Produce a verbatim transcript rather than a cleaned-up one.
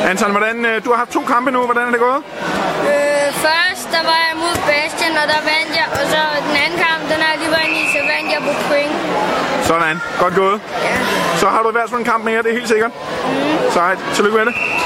Anton, hvordan, øh, du har haft to kampe nu. Hvordan er det gået? Øh, først der var jeg mod Bastian, og der vandt jeg. Og så den anden kamp, den har jeg lige været i, så vandt jeg på point. Sådan. Godt gået. Ja. Så har du i hvert fald en kamp mere, det er helt sikkert. Mm. Sejt. Tillykke med det.